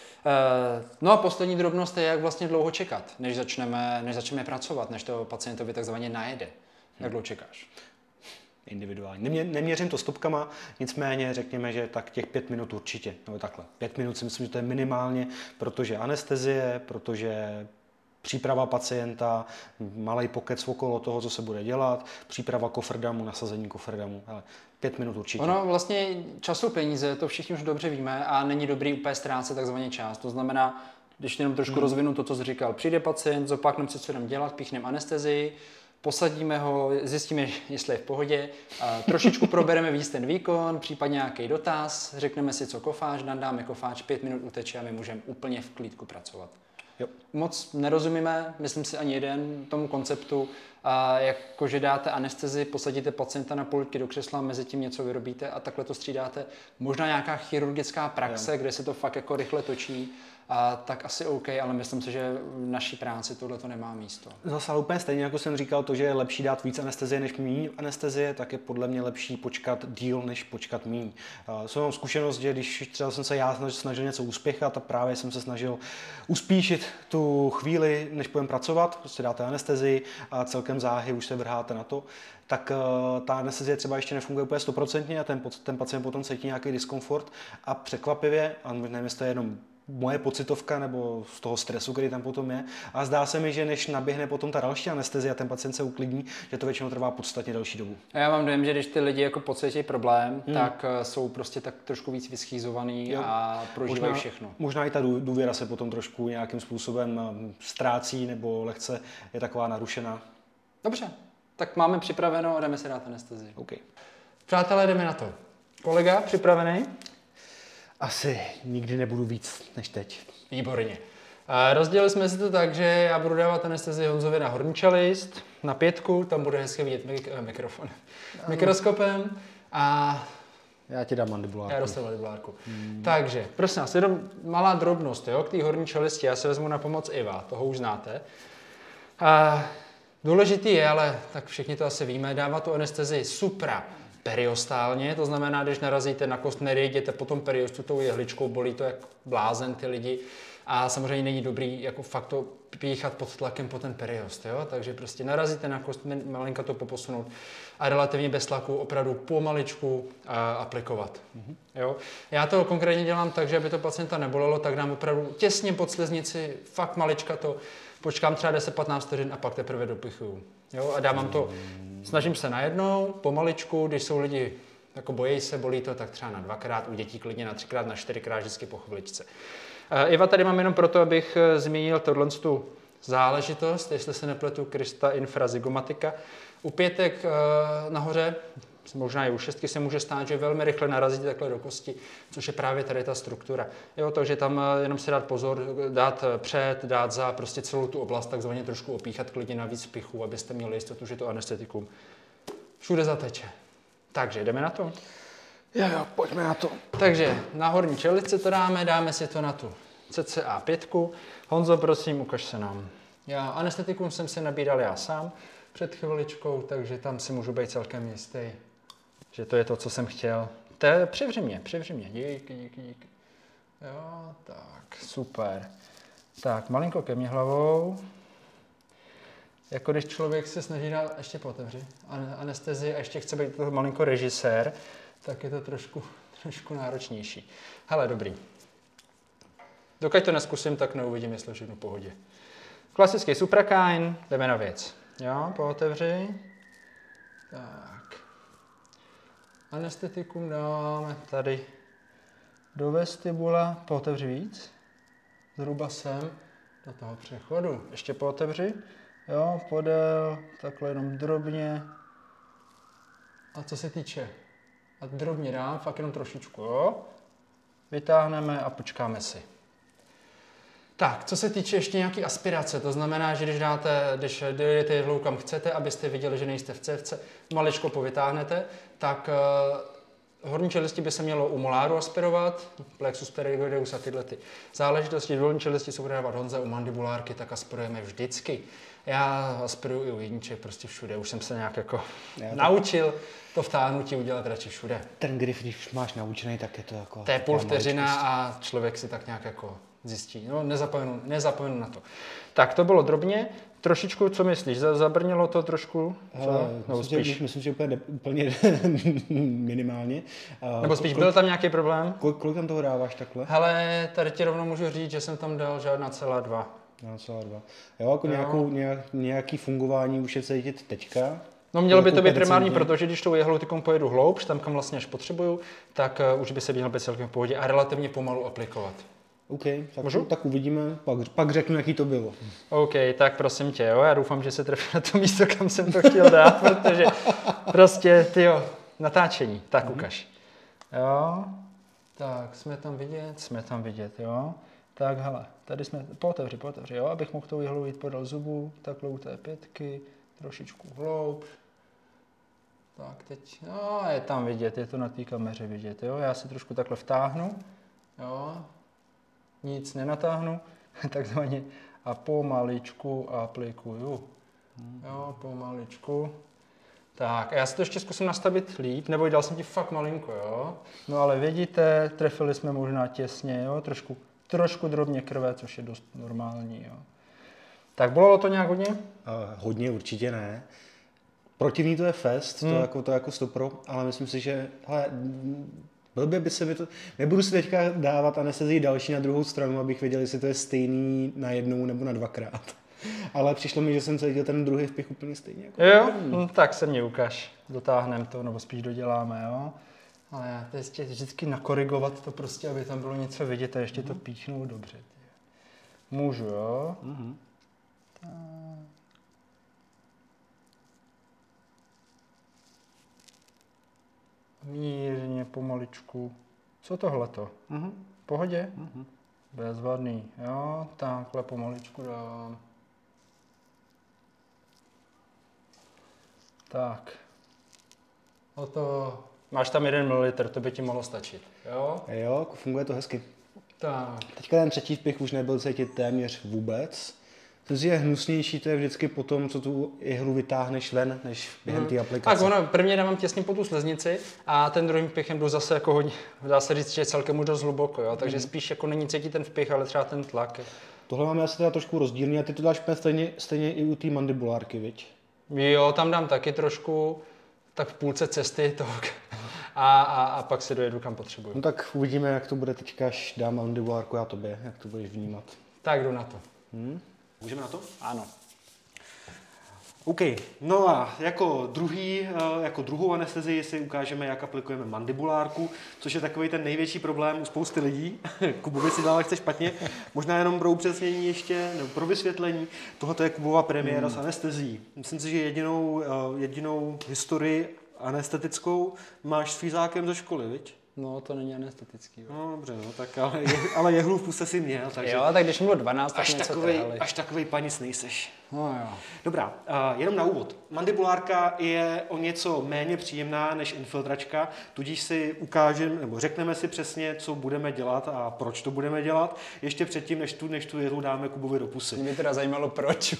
No a poslední drobnost je, jak vlastně dlouho čekat, než začneme pracovat, než to pacientovi takzvaně najede. Jak dlouho čekáš? Individuálně. Neměřím to stopkama, nicméně řekněme, že tak těch 5 minut určitě, nebo takhle. 5 minut si myslím, že to je minimálně, protože anestezie, protože příprava pacienta, malej pokec okolo toho, co se bude dělat, příprava kofrdamu, nasazení kofrdamu, ale 5 minut určitě. Ono vlastně času peníze, to všichni už dobře víme a není dobrý úplně ztrácet takzvaně čas. To znamená, když jenom trošku rozvinu to, co jsi říkal, přijde pacient, zopakneme si, co jdeme dělat, píchneme anestezii, posadíme ho, zjistíme, jestli je v pohodě, trošičku probereme víc ten výkon, případně nějaký dotaz, řekneme si, co kofáč, dáme kofáč, 5 minut uteče a my můžeme úplně v klídku pracovat. Jo. Moc nerozumíme, myslím si ani jeden tomu konceptu, jakože dáte anestezi, posadíte pacienta na půlky do křesla, mezi tím něco vyrobíte a takhle to střídáte. Možná nějaká chirurgická praxe, kde se to fakt jako rychle točí, tak asi OK, ale myslím si, že v naší práci tohle to nemá místo. Zase ale úplně stejně, jako jsem říkal, to, že je lepší dát víc anestezie než méně anestezie, tak je podle mě lepší počkat díl, než počkat míň. Mám zkušenost, že když třeba jsem se já snažil něco uspěchat a právě jsem se snažil uspíšit tu chvíli, než budeme pracovat, prostě dáte anestezii a celkem záhy už se vrháte na to, tak ta anestezie třeba ještě nefunguje úplně 100% a ten pacient potom cítí nějaký diskomfort a překvapivě, a nevím, jestli to je jenom moje pocitovka nebo z toho stresu, který tam potom je. A zdá se mi, že než naběhne potom ta další anestezie a ten pacient se uklidní, že to většinou trvá podstatně delší dobu. A já mám dojem, že když ty lidi jako pocítí problém, tak jsou prostě tak trošku víc vyschýzovaný a prožívají všechno. Možná i ta důvěra se potom trošku nějakým způsobem ztrácí nebo lehce je taková narušená. Dobře. Tak máme připraveno a jdeme si dát anestezii. OK. Přátelé, jdeme na to. Kolega, připravený? Asi nikdy nebudu víc než teď. Výborně. Rozdělili jsme si to tak, že já budu dávat anestezii Honzovi na horní čelist, na 5, tam bude hezky vidět mikrofon. Mikroskopem a Já ti dám mandibulárku. já dostanu mandibulárku. Takže, prosím vás, jenom malá drobnost, jo, k té horní čelisti, já se vezmu na pomoc Iva, toho už znáte. Důležitý je, ale tak všichni to asi víme, dávat tu anestezii supraperiostálně, to znamená, když narazíte na kost, nejděte potom periostu tou jehličkou, bolí to jak blázen ty lidi a samozřejmě není dobrý jako fakt to píchat pod tlakem po ten periost, jo? Takže prostě narazíte na kost, malinka to poposunout a relativně bez tlaku opravdu pomaličku aplikovat. Jo? Já to konkrétně dělám tak, že aby to pacienta nebolelo, tak dám opravdu těsně pod sliznici, fakt malička to, počkám třeba 10-15 vteřin a pak teprve dopichuju. Jo? A dávám to, snažím se najednou, pomaličku, když jsou lidi jako bojí se, bolí to, tak třeba na 2krát, u dětí klidně na 3krát, na 4krát, vždycky po chviličce. Iva tady mám jenom proto, abych zmínil tu záležitost, jestli se nepletu, Krista infrazygomatika. U 5 nahoře, možná i u 6 se může stát, že velmi rychle narazíte takhle do kosti, což je právě tady ta struktura. Jo, takže tam jenom si dát pozor, dát před, dát za, prostě celou tu oblast takzvaně trošku opíchat, klidně na víc pichu, abyste měli jistotu, že to anestetikum všude zateče. Takže jdeme na to. Jo, pojďme na to. Takže na horní čelici to dáme si to na tu cca 5. Honzo, prosím, ukaž se nám. Já anestetikum jsem si nabíral já sám před chviličkou, takže tam si můžu být celkem jistý, že to je to, co jsem chtěl. Přivři mě. Díky. Jo, tak, super. Tak, malinko ke mně hlavou. Jako když člověk se snaží dát, ještě potevři, anestezii a ještě chce být to malinko režisér, tak je to trošku náročnější. Hele, dobrý. Dokud to neskusím, tak neuvidím, jestli všechno v pohodě. Klasický suprakine, jdeme na věc. Jo, pootevři. Tak. Anestetikum dáme tady do vestibula. Pootevři víc. Zhruba sem do toho přechodu. Ještě pootevři. Jo, podél, takhle jenom drobně. A co se týče, a drobně dám, fakt jenom trošičku, jo. Vytáhneme a počkáme si. Tak, co se týče ještě nějaký aspirace, to znamená, že když dojdete jedlou kam chcete, abyste viděli, že nejste v cévce, maličko povytáhnete, tak horní čelisti by se mělo u moláru aspirovat, plexus perigoideus a tyhle ty záležitosti. Dolní čelisti se bude dávat Honza, u mandibulárky, tak aspirujeme vždycky. Já aspiruju i u jedniček, prostě všude. Už jsem se nějak jako naučil to vtáhnutí udělat radši všude. Ten grif, když máš naučený, tak je to jako... To je půl vteřina a člověk si tak nějak jako zjistí. No, nezapomenu na to. Tak, to bylo drobně. Trošičku, co myslíš? Zabrnilo to trošku? Myslím, že úplně minimálně. Nebo spíš byl tam nějaký problém? Kolik tam toho dáváš takhle? Hele, tady ti rovnou můžu říct, že jsem tam dal žádná celá 2. Jo, jako nějaký fungování už je cítit teďka. No mělo by to být primární, protože když tou jehlou tykom pojedu hloubš, tam kam vlastně až potřebuju, tak už by se měl být celkem v pohodě a relativně pomalu aplikovat. OK, tak uvidíme, pak řeknu, jaký to bylo. OK, tak prosím tě, jo, já doufám, že se trefí na to místo, kam jsem to chtěl dát, protože prostě, natáčení, tak ukaž. Jo, tak jsme tam vidět, jo. Tak hele, tady jsme, pootevři, jo, abych mohl tou jehlou jít podél zubu, takhle u té 5, trošičku hloub. Tak teď, no, je tam vidět, je to na té kameře vidět, jo, já si trošku takhle vtáhnu, jo, nic nenatáhnu, takzvaně, a pomaličku aplikuju, jo, pomaličku. Tak, a já si to ještě zkusím nastavit líp, nebo dal jsem ti fakt malinko, jo. No ale vidíte, trefili jsme možná těsně, jo, trošku drobně krve, což je dost normální, jo. Tak bolelo to nějak hodně? Hodně určitě ne. Protivný to je fest, to jako stopro, ale myslím si, že blbě by se mi to... Nebudu si teďka dávat anestezii další na druhou stranu, abych věděl, jestli to je stejný na jednou nebo na 2krát. Ale přišlo mi, že jsem cítil ten druhý vpich úplně stejně. Jako jo, tak se mě ukaž. Dotáhneme to, nebo spíš doděláme, jo. Ale já teď chci vždycky nakorigovat to prostě, aby tam bylo něco vidět a ještě to píchnout dobře. Můžu, jo? Mírně, pomaličku. Co tohleto? V pohodě? Bezvadný, jo, takhle pomaličku dám. Tak. O to. Máš tam 1 ml, to by ti mohlo stačit, jo? Jo, funguje to hezky. Tak. Teďka ten třetí vpich už nebyl cítit téměř vůbec. To je hnusnější, to je vždycky po tom, co tu jehlu vytáhneš ven, než během té aplikace. Tak ono, prvně dávám těsně po tu sleznici a ten druhým vpichem jdu zase jako hodně, dá se říct, že je celkem už dost hluboko, jo? Takže spíš jako není cítit ten vpich, ale třeba ten tlak. Tohle máme asi teda trošku rozdílný a ty to dáš stejně i u té mandibulárky, viď? Jo, tam dám taky trošku, tak v půlce cesty toho a pak si dojedu, kam potřebuju. No tak uvidíme, jak to bude teďka, až dám mandibulárku já tobě, jak to budeš vnímat. Tak jdu na to. Můžeme na to? Ano. OK, no a jako druhou anestezii si ukážeme, jak aplikujeme mandibulárku, což je takový ten největší problém u spousty lidí. Kubovi si dál chce špatně, možná jenom pro upřesnění ještě, nebo pro vysvětlení. Tohle je Kubova premiéra s anestezií. Myslím si, že jedinou historii anestetickou máš s fízákem ze školy, viď? No, to není anestetický. Jo. No, dobře, no, tak ale jehlu v puse si měl, takže... Jo, tak když mi bylo 12, tak něco trhali. Až takovej panic nejseš. No jo. Dobrá, jenom na úvod. Mandibulárka je o něco méně příjemná než infiltračka, tudíž si ukážeme, nebo řekneme si přesně, co budeme dělat a proč to budeme dělat, ještě předtím, než tu jehlu dáme Kubovi do pusy. Mě teda zajímalo, proč.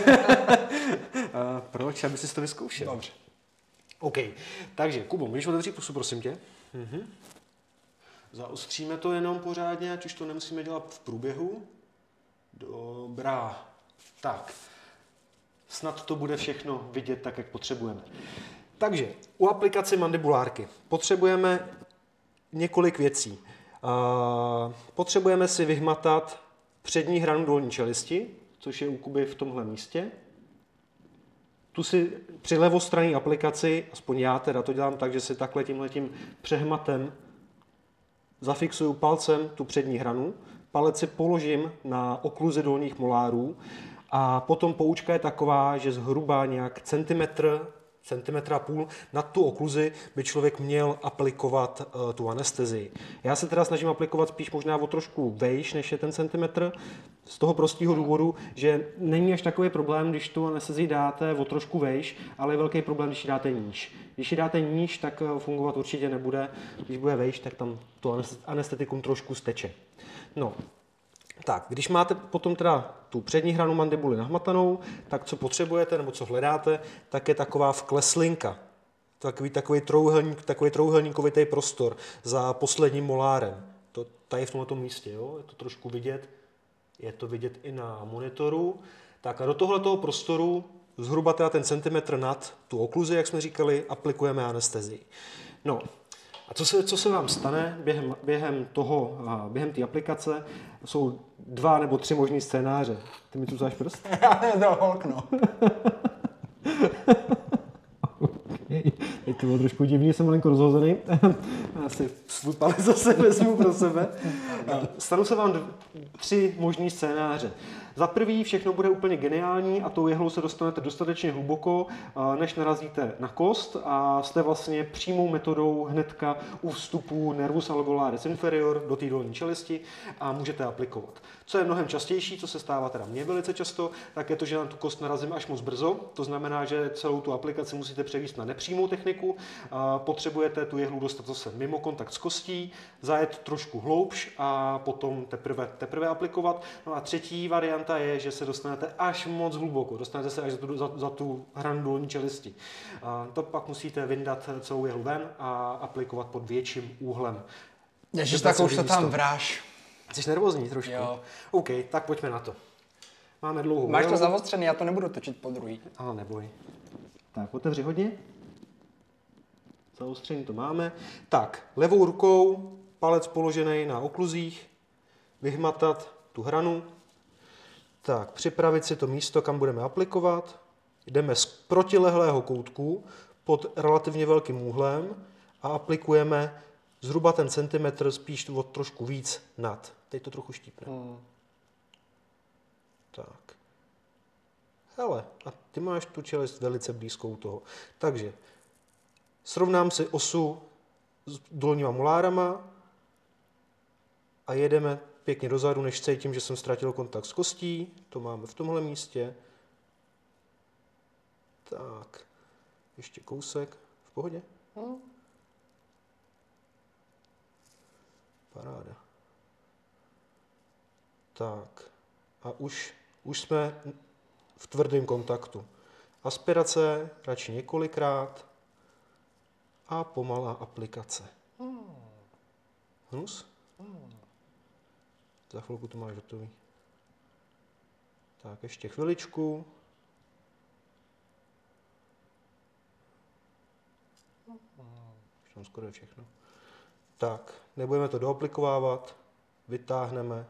Proč? Aby si to vyzkoušel. Dobře. OK, takže Kubo, můžeš otevřít pusu, prosím tě? Zaostříme to jenom pořádně, ať už to nemusíme dělat v průběhu. Dobrá. Tak. Snad to bude všechno vidět tak, jak potřebujeme. Takže u aplikace mandibulárky potřebujeme několik věcí. Potřebujeme si vyhmatat přední hranu dolní čelisti, což je u Kuby v tomhle místě. Tu si při levostranné aplikaci, aspoň já teda to dělám tak, že si takhle tímhletím přehmatem zafixuju palcem tu přední hranu, palec si položím na okluzi dolních molárů a potom poučka je taková, že zhruba nějak centimetra a půl nad tu okluzi by člověk měl aplikovat tu anestezii. Já se teda snažím aplikovat spíš možná o trošku vejš, než je ten centimetr, z toho prostého důvodu, že není až takový problém, když tu anestezii dáte o trošku vejš, ale je velký problém, když ji dáte níž. Když ji dáte níž, tak fungovat určitě nebude. Když bude vejš, tak tam to anestetikum trošku steče. No, tak, když máte potom teda tu přední hranu mandibuly nahmatanou, tak co potřebujete nebo co hledáte, tak je taková vkleslinka. Takový trouhelníkovitý prostor za posledním molárem. To tady v tomto místě, jo? Je to trošku vidět. Je to vidět i na monitoru. Tak a do tohletoho prostoru, zhruba teda ten centimetr nad tu okluzi, jak jsme říkali, aplikujeme anestezii. No, a co se vám stane během té aplikace? Jsou 2 nebo 3 možný scénáře. Ty mi tu vzdáš prst? Já to holknu. Teď to bylo trošku divný, jsem malinko rozhozený. Já si svůj palec zase vezmu pro sebe. Stanou se vám 3 možný scénáře. Za prvý všechno bude úplně geniální a tou jehlou se dostanete dostatečně hluboko, než narazíte na kost a jste vlastně přímou metodou hnedka u vstupu nervus alveolaris inferior do té dolní čelisti a můžete aplikovat. Co je mnohem častější, co se stává teda mně velice často, tak je to, že na tu kost narazím až moc brzo. To znamená, že celou tu aplikaci musíte převést na nepřímou techniku. Potřebujete tu jehlu dostat zase mimo kontakt s kostí, zajet trošku hloubš a potom teprve aplikovat. No a třetí varianta je, že se dostanete až moc hluboko, dostanete se až za tu hranu dolní čelisti. To pak musíte vyndat celou jehlu ven a aplikovat pod větším úhlem. Ježiš, tak už to tam vráš. Jsi nervózní trošku? Jo. OK, tak pojďme na to. Máme dlouhou Máš to jehlu. zavostřený, já to nebudu točit po druhý. Ale neboj. Tak, otevři hodně. Zaostření to máme. Tak, levou rukou, palec položený na okluzích, vyhmatat tu hranu. Tak, připravit si to místo, kam budeme aplikovat. Jdeme z protilehlého koutku pod relativně velkým úhlem a aplikujeme zhruba ten centimetr, spíš o trošku víc nad. Teď to trochu štípne. Tak. Hele, a ty máš tu čelist velice blízkou toho. Takže srovnám si osu s dolníma molárama a jedeme pěkně dozadu, než cítím, že jsem ztratil kontakt s kostí. To máme v tomhle místě. Tak, ještě kousek. V pohodě? Paráda. Tak, a už jsme v tvrdém kontaktu. Aspirace radši několikrát a pomalá aplikace. Hnus? Za chvilku to máš hotový. Tak, ještě chviličku. Už tam skoro je všechno. Tak, nebudeme to dooplikovávat, vytáhneme.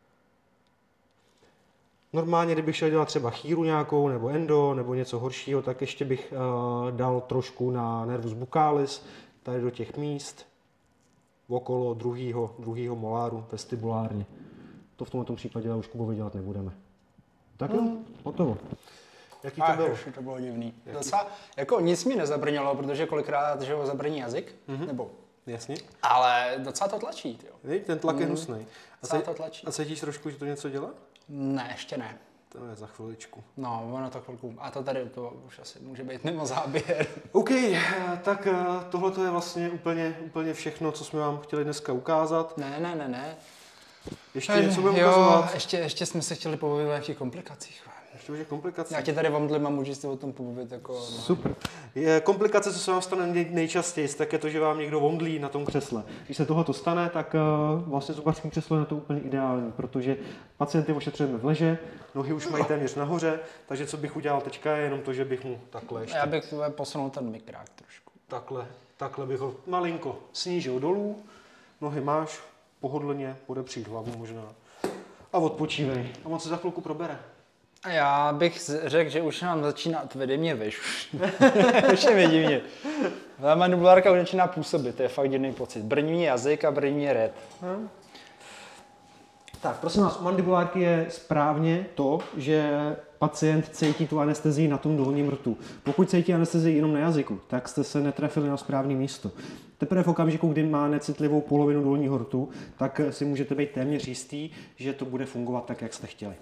Normálně, kdybych šel dělat třeba chýru nějakou, nebo endo, nebo něco horšího, tak ještě bych dal trošku na nervus buccalis, tady do těch míst, okolo druhýho moláru, vestibulárně. To v tomto případě už Kubovi dělat nebudeme. Tak jo, hotovo. Jaký to bylo? To bylo divný. Docela, jako nic mi nezabrnilo, protože kolikrát, že ho zabrní jazyk, nebo... Jasně. Ale docela to tlačí, jo. Ten tlak je hnusnej. Docela to tlačí. A cítíš trošku, že to něco dělá? Ne, ještě ne. To je za chviličku. No, ono to chvilku. A to tady, to už asi může být mimo záběr. OK, tak tohle je vlastně úplně všechno, co jsme vám chtěli dneska ukázat. Ne. Ještě něco budeme ukazovat? Ještě jsme se chtěli pobavit o nějakých komplikacích. Ještě už je komplikace. Já tě tady vamdlím a můžu si o tom pobavit jako... Super. Komplikace, co se vám stane nejčastěji, tak je to, že vám někdo vomdlí na tom křesle. Když se tohle stane, tak vlastně zubařský křeslo je na to úplně ideální, protože pacienty ošetřujeme v leže, nohy už mají téměř nahoře, takže co bych udělal teďka je jenom to, že bych mu takhle ještě... Já bych posunul ten mikrák trošku. Takhle bych ho malinko snížil dolů, nohy máš, pohodlně, podepřít hlavu možná a odpočívej. A on se za chvilku probere. A já bych řekl, že už nám začíná, tvede mě veš. Už je mi divně. Ta mandibulárka už začíná působit, to je fakt divný pocit. Brní mě jazyk a brní mě red. Tak, prosím vás, u mandibulárky je správně to, že pacient cítí tu anestezii na tom dolním rtu. Pokud cítí anestezii jenom na jazyku, tak jste se netrefili na správné místo. Teprve v okamžiku, kdy má necitlivou polovinu dolního rtu, tak si můžete být téměř jistý, že to bude fungovat tak, jak jste chtěli.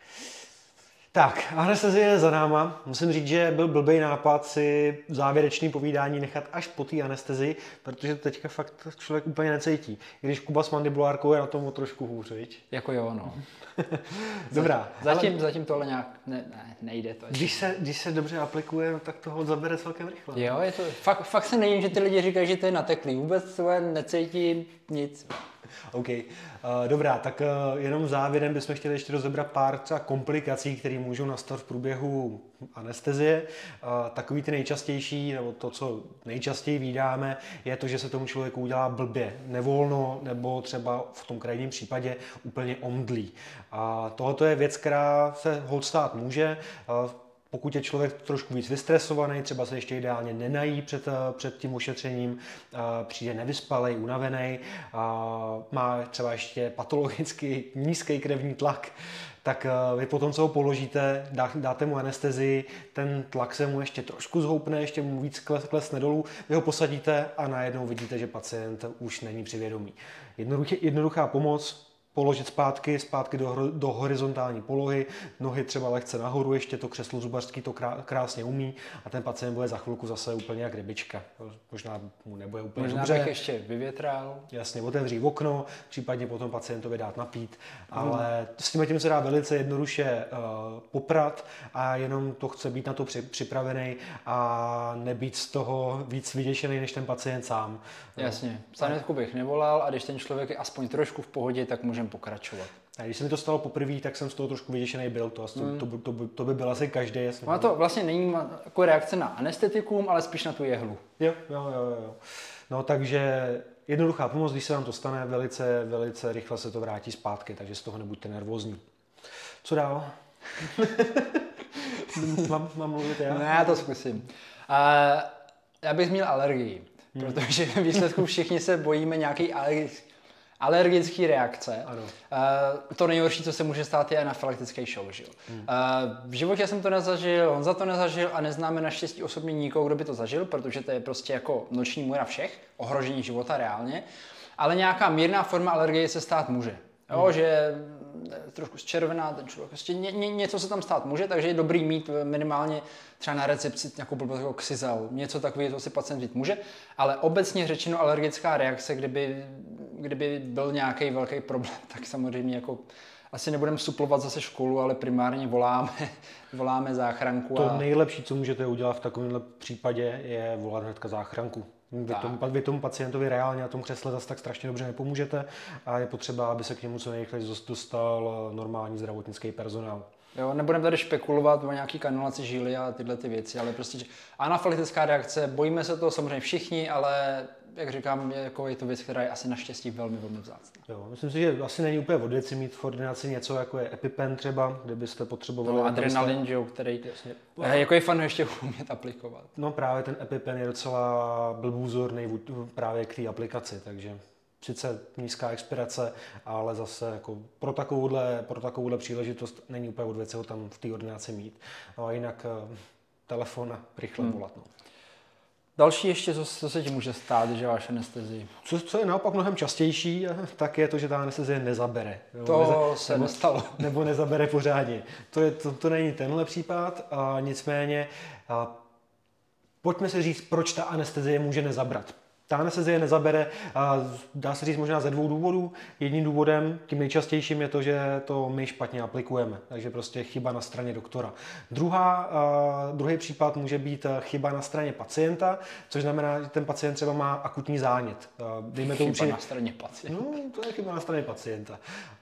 Tak, anestezie je za náma. Musím říct, že byl blbej nápad si závěrečný povídání nechat až po té anestezii, protože teďka fakt člověk úplně necítí. Když Kuba s mandibulárkou je na tom o trošku hůř, viď? Jako jo, no. Dobrá. Zatím to ale nějak nejde to. Když se dobře aplikuje, no, tak toho zabere celkem rychle. Jo, je to, fakt se nevím, že ty lidi říkají, že to je nateklý. Vůbec to necítím nic. OK. Dobrá, tak jenom závěrem bychom chtěli ještě rozebrat pár třeba komplikací, které můžou nastat v průběhu anestezie. Takový ty nejčastější, nebo to, co nejčastěji vídáme, je to, že se tomu člověku udělá blbě, nevolno, nebo třeba v tom krajním případě úplně omdlí. A tohle je věc, která se holt stát může. Pokud je člověk trošku víc vystresovaný, třeba se ještě ideálně nenají před tím ošetřením, přijde nevyspalej, unavený, má třeba ještě patologicky nízký krevní tlak, tak vy potom, co ho položíte, dáte mu anestezii, ten tlak se mu ještě trošku zhoupne, ještě mu víc klesne dolů, vy ho posadíte a najednou vidíte, že pacient už není při vědomí. Jednoduchá pomoc, položit zpátky do horizontální polohy, nohy třeba lehce nahoru, ještě to křeslo zubařský to krásně umí a ten pacient bude za chvilku zase úplně jak rybička. Možná mu nebude úplně dobře. Možná bych ještě vyvětral. Jasně, otevřít okno, případně potom pacientovi dát napít, ale s tím se dá velice jednoduše poprat a jenom to chce být na to připravený a nebýt z toho víc vyděšený než ten pacient sám. Jasně, sanitku bych nevolal a když ten člověk je aspoň trošku v pohodě, tak můžeme pokračovat. A když se mi to stalo poprvé, tak jsem z toho trošku vyděšený byl. To by byl asi každý. Ono to vlastně není jako reakce na anestetikum, ale spíš na tu jehlu. Jo. No takže jednoduchá pomoc, když se vám to stane, velice rychle se to vrátí zpátky, takže z toho nebuďte nervózní. Co dál? mám mluvit já? No, já to zkusím. Já bych měl alergii, protože ve výsledku všichni se bojíme nějaký alergické reakce. Ano. To nejhorší, co se může stát, je anafylaktický šok. Že? V životě jsem to nezažil, Honza to nezažil a neznáme naštěstí osobně nikoho, kdo by to zažil, protože to je prostě jako noční můra všech, ohrožení života reálně. Ale nějaká mírná forma alergie se stát může. Jo, že trošku zčervená ten člověk, prostě něco se tam stát může, takže je dobrý mít minimálně třeba na recepci nějakou blbost jako Xyzal, něco takového, co si pacient vzít může, ale obecně řečeno alergická reakce, kdyby byl nějaký velký problém, tak samozřejmě jako asi nebudeme suplovat zase školu, ale primárně voláme záchranku. To nejlepší, co můžete udělat v takovémhle případě, je volat hnedka záchranku. Vy tomu pacientovi reálně na tom křesle zase tak strašně dobře nepomůžete a je potřeba, aby se k němu co nejrychleji dostal normální zdravotnický personál. Jo, nebudeme tady špekulovat o nějaký kanulaci žíly a tyhle ty věci, ale prostě anafylaktická reakce, bojíme se toho samozřejmě všichni, ale jak říkám, je to věc, která je asi naštěstí velmi, velmi vzácná. Jo, myslím si, že asi není úplně od věci mít v ordinaci něco jako je EpiPen třeba, kdybyste potřebovali... No, adrenalin, že, který jako je fan ještě umět aplikovat. No právě ten EpiPen je docela blbůzorný právě k té aplikaci, takže sice nízká expirace, ale zase jako pro takovouhle příležitost není úplně od věci ho tam v té ordinaci mít. No a jinak telefon a rychle volat. No. Další ještě, co se ti může stát, že máš anestezii? Co je naopak mnohem častější, tak je to, že ta anestezie nezabere. To se nestalo. Nebo nezabere pořádně. To není tenhle případ, nicméně pojďme si říct, proč ta anestezie může nezabrat. Ta anestezie nezabere, dá se říct možná ze 2 důvodů. Jedním důvodem, tím nejčastějším, je to, že to my špatně aplikujeme, takže prostě chyba na straně doktora. Druhý případ může být chyba na straně pacienta, což znamená, že ten pacient třeba má akutní zánět. Chyba na straně pacienta. No, to je chyba na straně pacienta.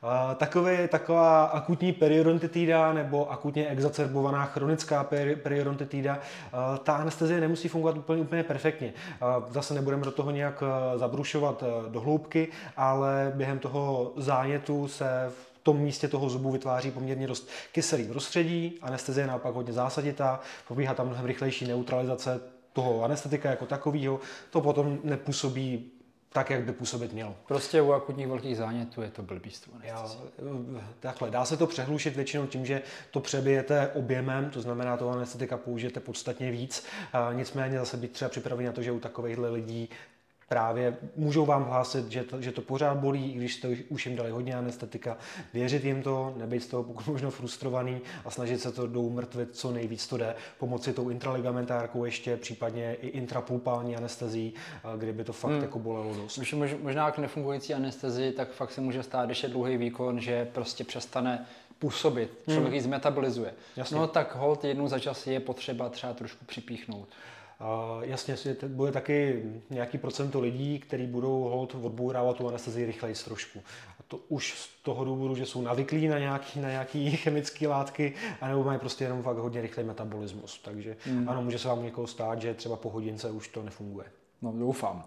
Taková akutní periodontitída nebo akutně exacerbovaná chronická periodontitída, ta anestezie nemusí fungovat úplně perfektně. Zase nebudeme do toho nějak zabrušovat do hloubky, ale během toho zánětu se v tom místě toho zubu vytváří poměrně dost kyselý prostředí, anestezie je naopak hodně zásaditá, probíhá tam mnohem rychlejší neutralizace toho anestetika jako takového, to potom nepůsobí tak, jak by působit mělo. Prostě u akutních velkých zánětů je to blbýstvo. Takhle, dá se to přehlušit většinou tím, že to přebijete objemem, to znamená, toho anestetika použijete podstatně víc. Nicméně zase být třeba připravený na to, že u takovýchhle lidí právě můžou vám hlásit, že to pořád bolí, i když jste už jim dali hodně anestetika, věřit jim to, nebejt z toho pokud možno frustrovaný a snažit se to doumrtvit co nejvíc to jde, pomoci tou intraligamentárkou ještě, případně i intrapulpální anestezií, kdyby to fakt jako bolelo dost. Možná k nefungující anestezii, tak fakt se může stát, když je dlouhý výkon, že prostě přestane působit, člověk ji zmetabolizuje. Jasně. No tak holt jednou za čas je potřeba třeba trošku připíchnout. Jasně, bude taky nějaký procento lidí, kteří budou holt odbourávat tu anestezii rychleji trošku. A to už z toho důvodu, že jsou navyklí na nějaký chemické látky, anebo mají prostě jenom fakt hodně rychlej metabolismus. Takže ano, může se vám někoho stát, že třeba po hodince už to nefunguje. No, doufám.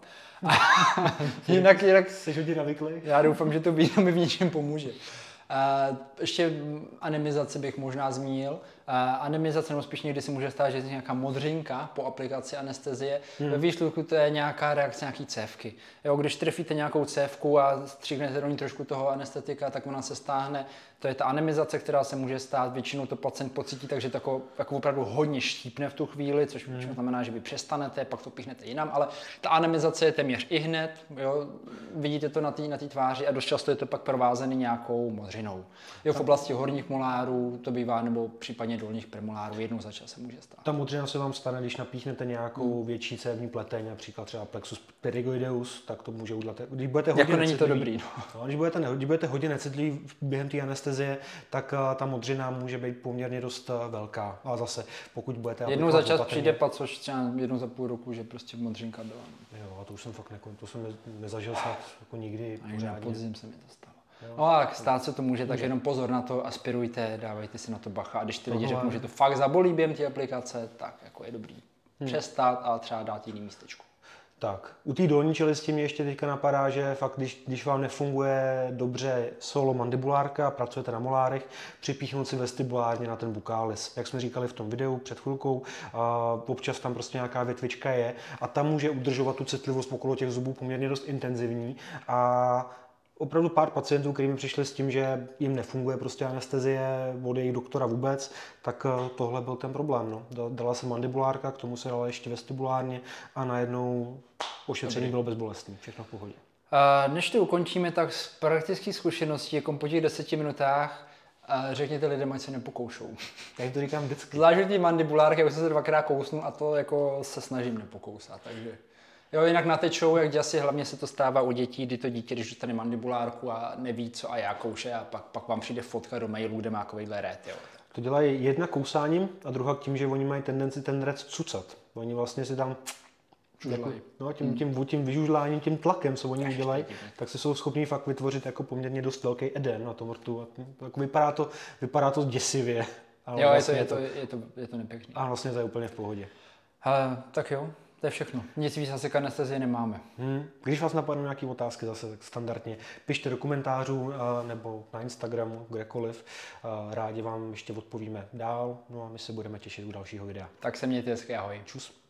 jinak jsi hodně navyklý? Já doufám, že to víno mi v něčem pomůže. Ještě anemizaci bych možná zmínil. Anemizace, nebo spíš někdy se může stát, že je nějaká modřinka po aplikaci anestezie. Ve výsledku to je nějaká reakce, nějaký cévky. Jo, když trefíte nějakou cévku a stříknete do ní trošku toho anestetika, tak ona se stáhne. To je ta anemizace, která se může stát. Většinou to pacient pocítí, takže to jako opravdu hodně štípne v tu chvíli, což znamená, že vy přestanete, pak to píchnete jinam, ale ta anemizace je téměř ihned. Jo, vidíte to na té tváři a dost často je to pak provázený nějakou modřinou. Jo, v oblasti horních molárů to bývá, nebo případně dolních premolárů, jednou za čas se může stát. Ta modřina se vám stane, když napíchnete nějakou větší cévní pleteň, například třeba plexus pterygoideus, tak to může udělat. Když budete hodně jako není to dobrý. No, když budete hodně necitlivý během té anestezie, tak ta modřina může být poměrně dost velká. A zase, pokud budete jednou za čas přijde což třeba jednou za půl roku, že prostě modřinka byla. Jo, a to už jsem fakt to jsem nezažil snad jako nikdy pořádně. Na podzim se mi to stalo. No a stát se to může, tak jenom pozor na to, aspirujte, dávejte si na to bacha a když ty lidi řeknou, že to fakt zabolí během té aplikace, tak jako je dobrý přestat a třeba dát jiný místečku. Tak, u té dolní čelisti mě ještě teďka napadá, že fakt, když vám nefunguje dobře solomandibulárka, pracujete na molárech, připíchnout si vestibulárně na ten buccalis. Jak jsme říkali v tom videu před chvilkou, občas tam prostě nějaká větvička je a ta může udržovat tu citlivost okolo těch zubů poměrně dost intenzivní a opravdu pár pacientů, kteří mi přišli s tím, že jim nefunguje prostě anestezie od jejich doktora vůbec, tak tohle byl ten problém. No. Dala se mandibulárka, k tomu se dala ještě vestibulárně a najednou ošetření bylo bezbolestné, všechno v pohodě. Než to ukončíme, tak z praktických zkušeností, jako po těch 10 minutách, řekněte lidem, ať se nepokoušou. Já to říkám vždycky. Zvlášť ty mandibulárky, já už jsem se 2krát kousnul a to jako se snažím nepokousat, takže... Jo, jinak natečou, jak asi hlavně se to stává u dětí, kdy to dítě, když dostane mandibulárku a neví co a já kouše a pak vám přijde fotka do mailu, kde má takovýhle ret, jo. To dělají jedna kousáním a druhá tím, že oni mají tendenci ten ret cucat. Oni vlastně si tam tím vyžužláním, tím tlakem, co oni udělají, tak si jsou schopní fakt vytvořit jako poměrně dost velký edém na tom rtu. A tak vypadá to děsivě. Ale jo, vlastně je to nepěkný. A vlastně to je úplně v pohodě. Tak jo, to je všechno. Nic víc asi k anestezie nemáme. Když vás napadnou nějaké otázky zase tak standardně, pište do komentářů nebo na Instagramu, kdekoliv. Rádi vám ještě odpovíme dál, no a my se budeme těšit u dalšího videa. Tak se mějte hezky, ahoj. Čus.